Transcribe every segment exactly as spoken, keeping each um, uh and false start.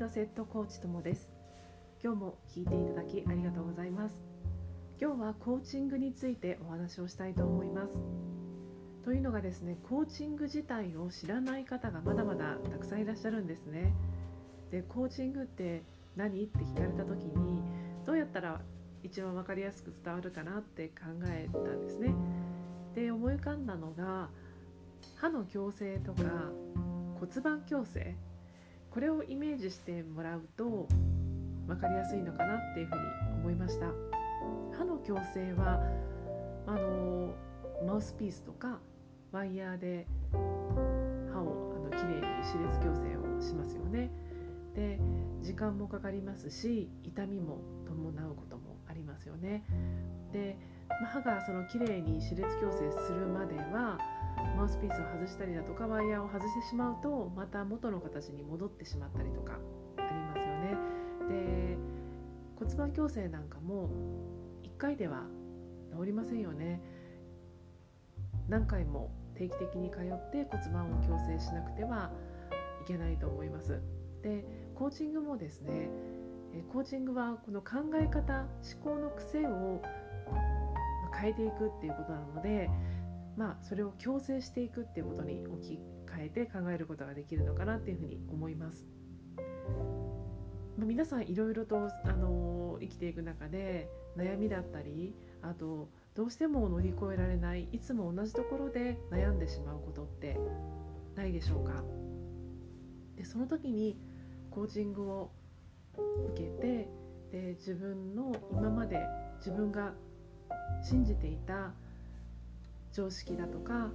ドセットコーチともです。今日も聞いていただきありがとうございます。今日はコーチングについてお話をしたいと思います。というのがですね、コーチング自体を知らない方がまだまだたくさんいらっしゃるんですね。で、コーチングって何って聞かれた時に、どうやったら一番わかりやすく伝わるかなって考えたんですね。で、思い浮かんだのが歯の矯正とか骨盤矯正、これをイメージしてもらうと分かりやすいのかなっていうふうに思いました。歯の矯正はあのマウスピースとかワイヤーで歯をあのきれいに歯列矯正をしますよね。で、時間もかかりますし、痛みも伴うこともありますよね。で、歯がそのきれいに歯列矯正するまではマウスピースを外したりだとかワイヤーを外してしまうと、また元の形に戻ってしまったりとかありますよね。で、骨盤矯正なんかもいっかいでは治りませんよね。何回も定期的に通って骨盤を矯正しなくてはいけないと思います。で、コーチングもですね、コーチングはこの考え方、思考の癖を変えていくっていうことなので、まあ、それを矯正していくっていうことに置き換えて考えることができるのかなっていうふうに思います。まあ、皆さんいろいろと、あのー、生きていく中で悩みだったり、あとどうしても乗り越えられない、いつも同じところで悩んでしまうことってないでしょうか。で、その時にコーチングを受けて、で、自分の今まで自分が信じていた常識だとか、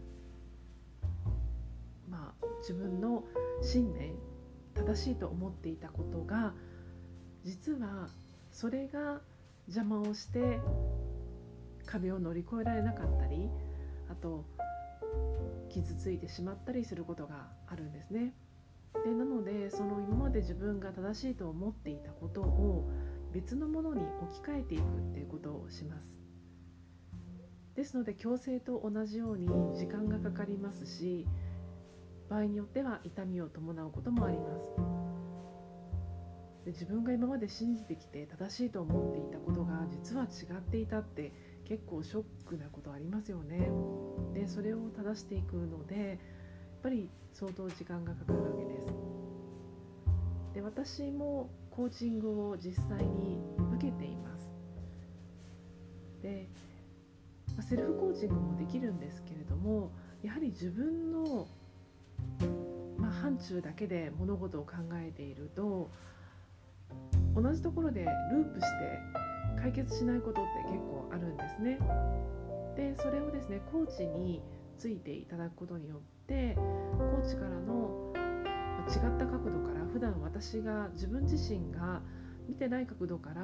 まあ、自分の信念、正しいと思っていたことが、実はそれが邪魔をして壁を乗り越えられなかったり、あと傷ついてしまったりすることがあるんですね。で、なので、その今まで自分が正しいと思っていたことを別のものに置き換えていくっていうことをします。ですので、矯正と同じように時間がかかりますし、場合によっては痛みを伴うこともあります。で、自分が今まで信じてきて正しいと思っていたことが実は違っていたって結構ショックなことありますよね。で、それを正していくので、やっぱり相当時間がかかるわけです。で、私もコーチングを実際に受けています。で、セルフコーチングもできるんですけれども、やはり自分の、まあ、範疇だけで物事を考えていると、同じところでループして解決しないことって結構あるんですね。で、それをですね、コーチについていただくことによって、コーチからの違った角度から、普段私が自分自身が見てない角度から、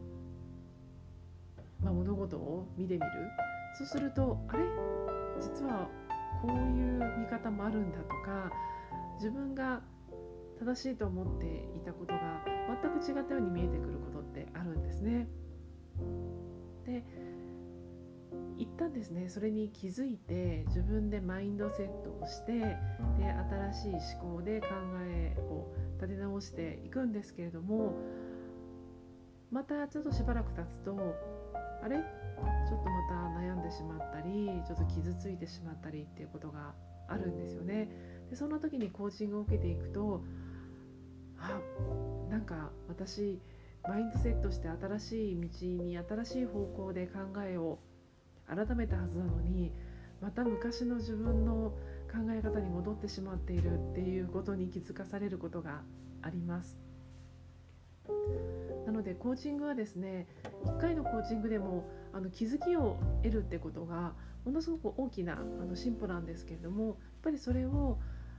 まあ、物事を見てみる。そうすると、あれ、実はこういう見方もあるんだとか、自分が正しいと思っていたことが全く違ったように見えてくることってあるんですね。で、一旦ですね、それに気づいて自分でマインドセットをして、で、新しい思考で考えを立て直していくんですけれども、またちょっとしばらく経つと、あれ、ちょっとまた悩んでしまったり、ちょっと傷ついてしまったりっていうことがあるんですよね。で、そんな時にコーチングを受けていくと、あ、なんか私マインドセットして新しい道に、新しい方向で考えを改めたはずなのに、また昔の自分の考え方に戻ってしまっているっていうことに気づかされることがあります。なので、コーチングはですね、いっかいのコーチングでもあの気づきを得るってことがものすごく大きなあの進歩なんですけれども、やっぱりそれを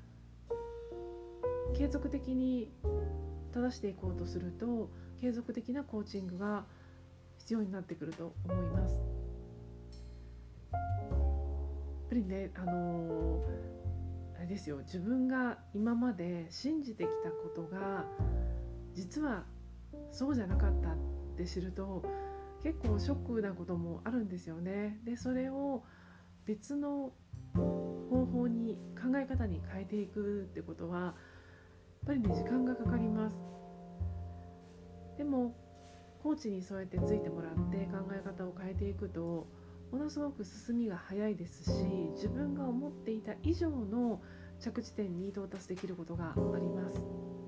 継続的に正していこうとすると、継続的なコーチングが必要になってくると思います。やっぱりね、あのー、あれですよ、自分が今まで信じてきたことが実はそうじゃなかったって知ると、結構ショックなこともあるんですよね。で、それを別の方法に、考え方に変えていくってことはぱりね時間がかかります。でもコーチにそうやってついてもらって考え方を変えていくとものすごく進みが早いですし、自分が思っていた以上の着地点に到達できることがあります。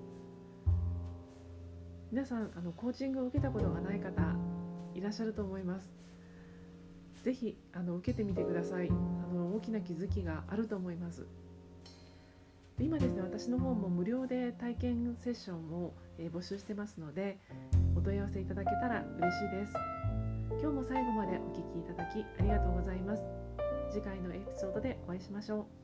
皆さんあのコーチングを受けたことがない方いらっしゃると思います。ぜひあの受けてみてください。あの大きな気づきがあると思います。今ですね、私の方も無料で体験セッションを、えー、募集してますので、お問い合わせいただけたら嬉しいです。今日も最後までお聞きいただきありがとうございます。次回のエピソードでお会いしましょう。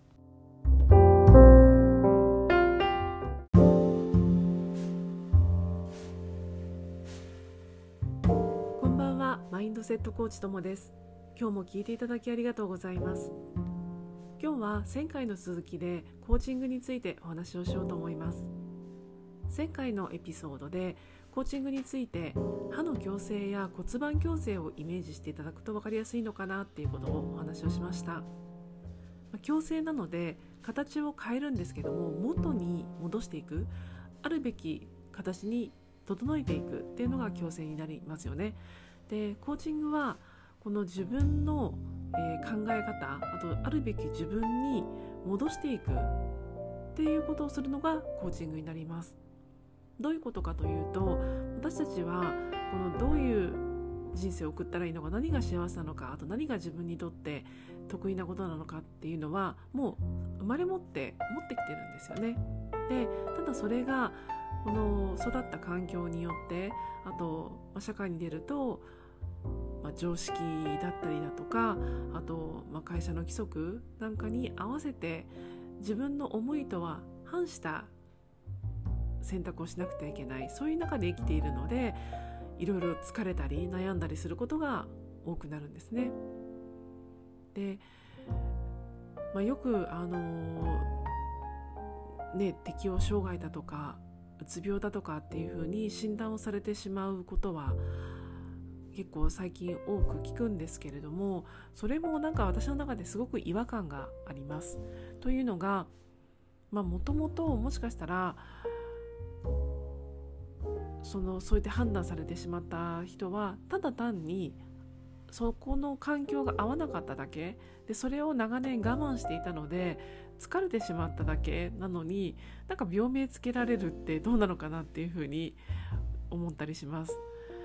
こんばんは、マインドセットコーチともです。今日も聞いていただきありがとうございます。今日は前回の続きでコーチングについてお話をしようと思います。前回のエピソードでコーチングについて歯の矯正や骨盤矯正をイメージしていただくと分かりやすいのかなっていうことをお話をしました。矯正なので形を変えるんですけども、元に戻していく、あるべき形に整えていくっていうのが矯正になりますよね。で、コーチングはこの自分の、えー、考え方、あとあるべき自分に戻していくっていうことをするのがコーチングになります。どういうことかというと、私たちはこのどういう人生を送ったらいいのか、何が幸せなのか、あと何が自分にとって得意なことなのかっていうのはもう生まれ持って持ってきてるんですよね。で、ただそれがこの育った環境によって、あと、まあ、社会に出ると、まあ、常識だったりだとか、あと、まあ、会社の規則なんかに合わせて自分の思いとは反した選択をしなくてはいけない、そういう中で生きているので、いろいろ疲れたり悩んだりすることが多くなるんですね。で、まあ、よくあのー、ね、適応障害だとかうつ病だとかっていうふうに診断をされてしまうことは結構最近多く聞くんですけれども、それもなんか私の中ですごく違和感があります。というのが、まあ、もともともしかしたらそのそうやって判断されてしまった人はただ単にそこの環境が合わなかっただけで、それを長年我慢していたので疲れてしまっただけなのに、なんか病名つけられるってどうなのかなっていうふうに思ったりします。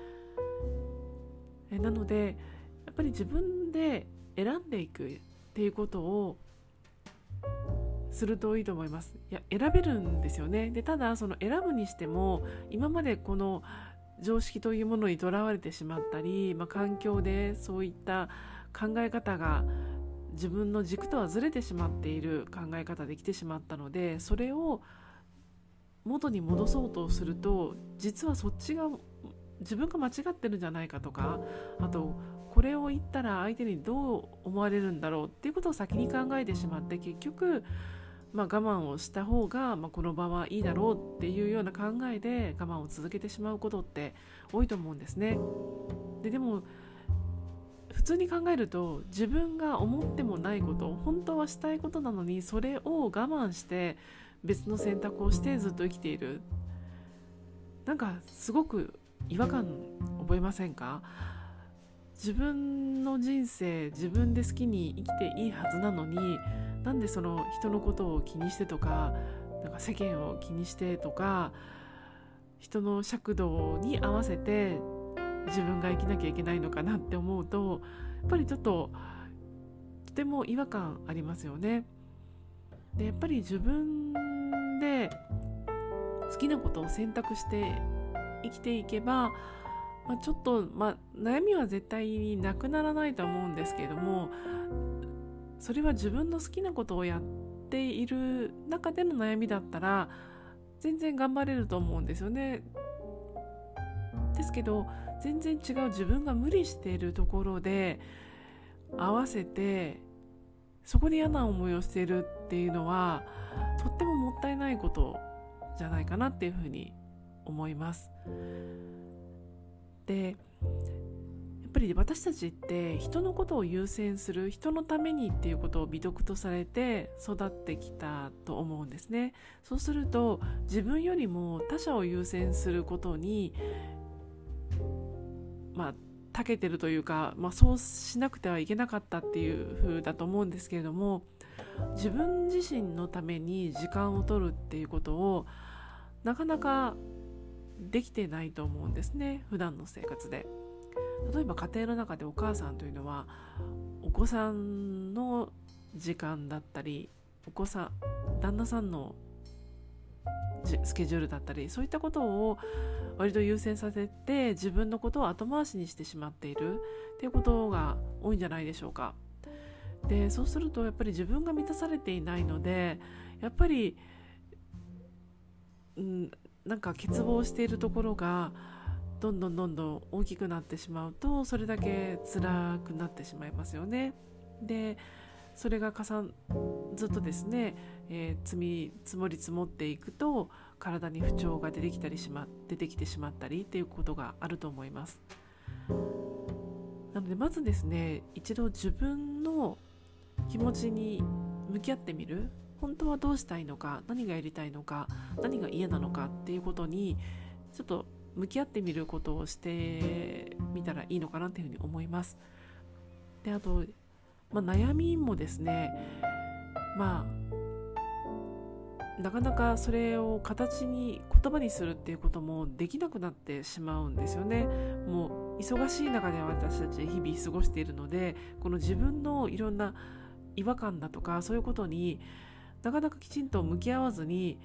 えなのでやっぱり自分で選んでいくっていうことをするといいと思います。いや、選べるんですよね。で、ただその選ぶにしても今までこの常識というものにとらわれてしまったり、まあ、環境でそういった考え方が自分の軸とはずれてしまっている考え方できてしまったので、それを元に戻そうとすると実はそっちが自分が間違ってるんじゃないかとか、あとこれを言ったら相手にどう思われるんだろうっていうことを先に考えてしまって、結局まあ、我慢をした方が、まあ、この場はいいだろうっていうような考えで我慢を続けてしまうことって多いと思うんですね。で、でも普通に考えると自分が思ってもないこと、本当はしたいことなのにそれを我慢して別の選択をしてずっと生きている、なんかすごく違和感覚えませんか？自分の人生自分で好きに生きていいはずなのに、なんでその人のことを気にしてとか、なんか世間を気にしてとか、人の尺度に合わせて自分が生きなきゃいけないのかなって思うと、やっぱりちょっととても違和感ありますよね。で、やっぱり自分で好きなことを選択して生きていけば、まあ、ちょっと、まあ、悩みは絶対になくならないと思うんですけれども、それは自分の好きなことをやっている中での悩みだったら全然頑張れると思うんですよね。ですけど全然違う自分が無理しているところで合わせてそこで嫌な思いをしているっていうのはとってももったいないことじゃないかなっていうふうに思います。で、やっぱぱり私たちって人のことを優先する、人のためにっていうことを美徳とされて育ってきたと思うんですね。そうすると自分よりも他者を優先することにまあ長けてるというか、まあ、そうしなくてはいけなかったっていう風だと思うんですけれども、自分自身のために時間を取るっていうことをなかなかできてないと思うんですね、普段の生活で。例えば家庭の中でお母さんというのはお子さんの時間だったり、お子さん旦那さんのスケジュールだったり、そういったことを割と優先させて自分のことを後回しにしてしまっているっていうことが多いんじゃないでしょうか。でそうするとやっぱり自分が満たされていないので、やっぱり、うん、なんか欠乏しているところがどんどんどんどん大きくなってしまうと、それだけ辛くなってしまいますよね。でそれが重ずっとですね、えー、積み積もり積もっていくと体に不調が出てきたりしま出てきてしまったりっていうことがあると思います。なのでまずですね、一度自分の気持ちに向き合ってみる。本当はどうしたいのか、何がやりたいのか、何が嫌なのかっていうことにちょっと向き合ってみることをしてみたらいいのかなっていうふうに思います。であと、まあ、悩みもですね、まあなかなかそれを形に言葉にするっていうこともできなくなってしまうんですよね。もう忙しい中で私たち日々過ごしているので、この自分のいろんな違和感だとかそういうことになかなかきちんと向き合わずに、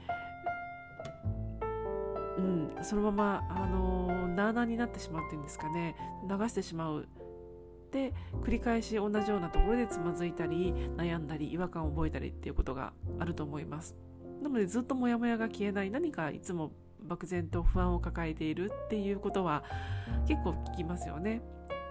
うん、そのまま、あのー、なあなあになってしまうっていうんですかね、流してしまう。で繰り返し同じようなところでつまずいたり悩んだり違和感を覚えたりっていうことがあると思います。なのでずっとモヤモヤが消えない、何かいつも漠然と不安を抱えているっていうことは結構聞きますよね。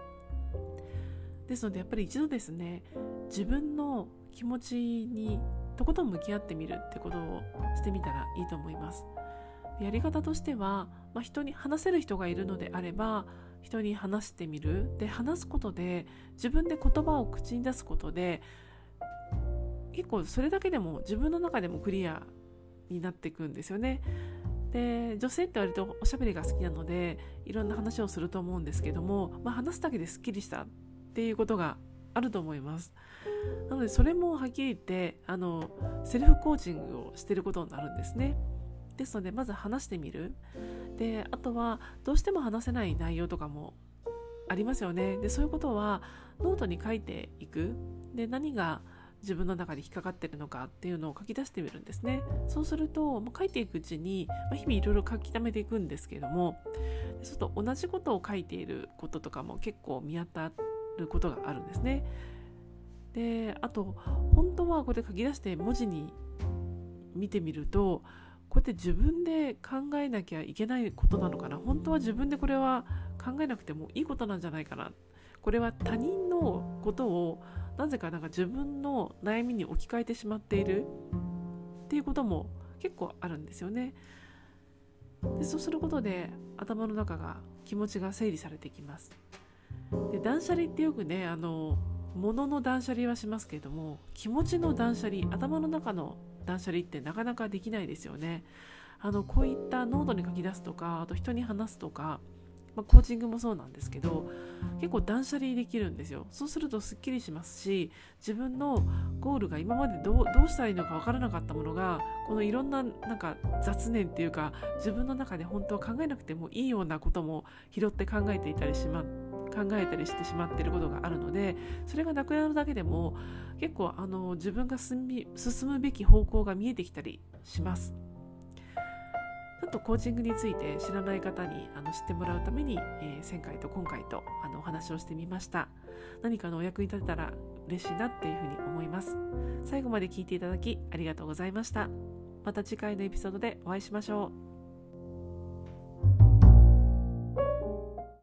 ですのでやっぱり一度ですね、自分の気持ちにとことん向き合ってみるってことをしてみたらいいと思います。やり方としては、まあ、人に話せる人がいるのであれば人に話してみる。で話すことで自分で言葉を口に出すことで結構それだけでも自分の中でもクリアになっていくんですよね。で女性って割とおしゃべりが好きなのでいろんな話をすると思うんですけども、まあ、話すだけですっきりしたっていうことがあると思います。なのでそれもはっきり言ってあのセルフコーチングをしていることになるんですね。ですのでまず話してみる。であとはどうしても話せない内容とかもありますよね。でそういうことはノートに書いていく。で何が自分の中で引っかかっているのかっていうのを書き出してみるんですね。そうすると、まあ、書いていくうちに、まあ、日々いろいろ書き溜めていくんですけれども、そうすると同じことを書いていることとかも結構見当たることがあるんですね。であと本当はこれ書き出して文字に見てみると、こうやって自分で考えなきゃいけないことなのかな、本当は自分でこれは考えなくてもいいことなんじゃないかな、これは他人のことをなぜかなんか自分の悩みに置き換えてしまっているっていうことも結構あるんですよね。でそうすることで頭の中が気持ちが整理されてきます。で断捨離ってよくね、あの物の断捨離はしますけれども、気持ちの断捨離、頭の中の断捨離ってなかなかできないですよね。あのこういったノートに書き出すとか、あと人に話すとか、まあ、コーチングもそうなんですけど、結構断捨離できるんですよ。そうするとすっきりしますし、自分のゴールが今までどう、どうしたらいいのか分からなかったものが、このいろんななんか雑念っていうか、自分の中で本当は考えなくてもいいようなことも拾って考えていたりしま考えたりしてしまっていることがあるので、それがなくなるだけでも結構あの自分が進み進むべき方向が見えてきたりします。ちょっとコーチングについて知らない方にあの知ってもらうために、えー、前回と今回とあのお話をしてみました。何かのお役に立てたら嬉しいなっていうふうに思います。最後まで聞いていただきありがとうございました。また次回のエピソードでお会いしましょう。